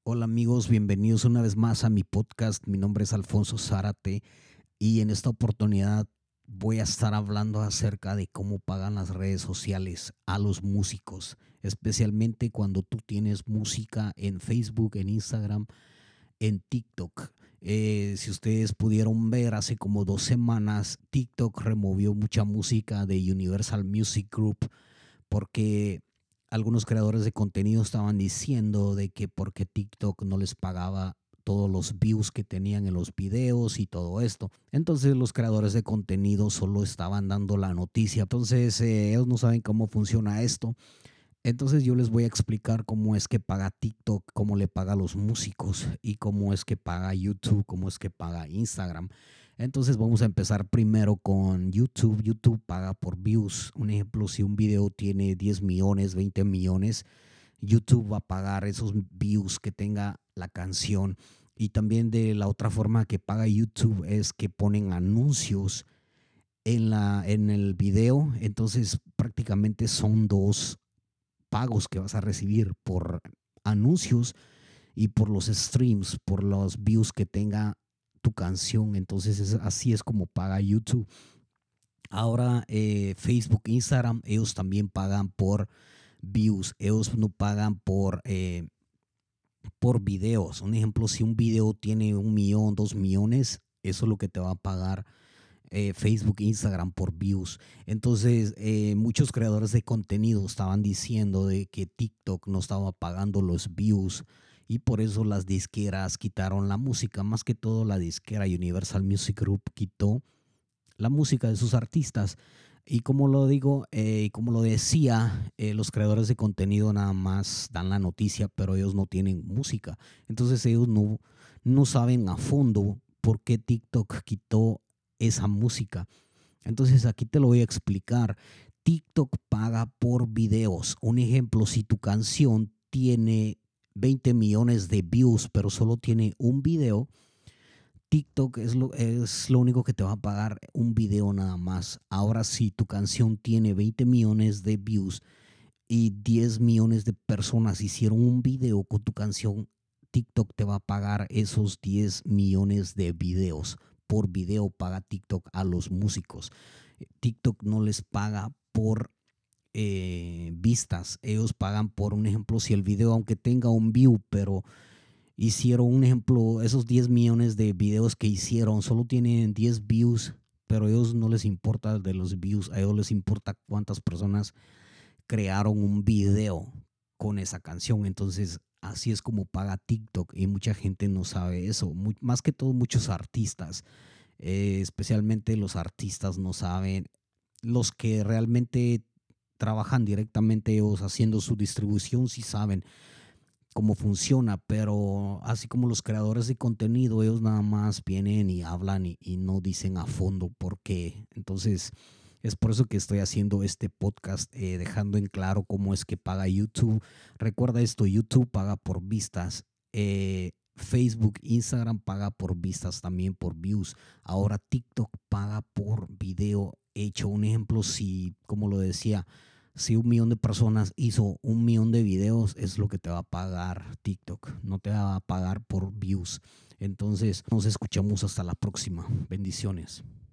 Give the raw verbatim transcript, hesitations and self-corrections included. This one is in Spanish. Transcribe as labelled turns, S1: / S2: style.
S1: Hola amigos, bienvenidos una vez más a mi podcast. Mi nombre es Alfonso Zárate y en esta oportunidad voy a estar hablando acerca de cómo pagan las redes sociales a los músicos, especialmente cuando tú tienes música en Facebook, en Instagram, en TikTok. Eh, si ustedes pudieron ver, hace como dos semanas TikTok removió mucha música de Universal Music Group porque algunos creadores de contenido estaban diciendo de que porque TikTok no les pagaba todos los views que tenían en los videos y todo esto. Entonces los creadores de contenido solo estaban dando la noticia. Entonces eh, ellos no saben cómo funciona esto. Entonces yo les voy a explicar cómo es que paga TikTok, cómo le paga a los músicos y cómo es que paga YouTube, cómo es que paga Instagram. Entonces vamos a empezar primero con YouTube. YouTube paga por views. Un ejemplo, si un video tiene diez millones, veinte millones, YouTube va a pagar esos views que tenga la canción. Y también de la otra forma que paga YouTube es que ponen anuncios en, la, en el video. Entonces prácticamente son dos pagos que vas a recibir por anuncios y por los streams, por los views que tenga tu canción. Entonces es, así es como paga YouTube. Ahora eh, Facebook, Instagram, ellos también pagan por views. Ellos no pagan por, eh, por videos. Un ejemplo, si un video tiene un millón, dos millones, eso es lo que te va a pagar eh, Facebook, Instagram por views. Entonces, eh, muchos creadores de contenido estaban diciendo de que TikTok no estaba pagando los views y por eso las disqueras quitaron la música. Más que todo, la disquera Universal Music Group quitó la música de sus artistas. Y como lo digo, eh, como lo decía, eh, los creadores de contenido nada más dan la noticia, pero ellos no tienen música. Entonces ellos no, no saben a fondo por qué TikTok quitó esa música. Entonces aquí te lo voy a explicar. TikTok paga por videos. Un ejemplo, si tu canción tiene veinte millones de views, pero solo tiene un video, TikTok es lo, es lo único que te va a pagar un video nada más. Ahora, si tu canción tiene veinte millones de views y diez millones de personas hicieron un video con tu canción, TikTok te va a pagar esos diez millones de videos. Por video paga TikTok a los músicos. TikTok no les paga por eh, vistas. Ellos pagan por, un ejemplo, si el video, aunque tenga un view, pero hicieron un ejemplo, esos diez millones de videos que hicieron solo tienen diez views, pero a ellos no les importa de los views, a ellos les importa cuántas personas crearon un video con esa canción. Entonces así es como paga TikTok y mucha gente no sabe eso. Muy, más que todo muchos artistas, eh, especialmente los artistas no saben, los que realmente trabajan directamente ellos haciendo su distribución sí saben cómo funciona, pero así como los creadores de contenido, ellos nada más vienen y hablan y, y no dicen a fondo por qué. Entonces es por eso que estoy haciendo este podcast, eh, dejando en claro cómo es que paga YouTube. Recuerda esto, YouTube paga por vistas, eh, Facebook, Instagram paga por vistas, también por views. Ahora TikTok paga por video hecho. Un ejemplo, si, como lo decía, si un millón de personas hizo un millón de videos, es lo que te va a pagar TikTok. No te va a pagar por views. Entonces, nos escuchamos hasta la próxima. Bendiciones.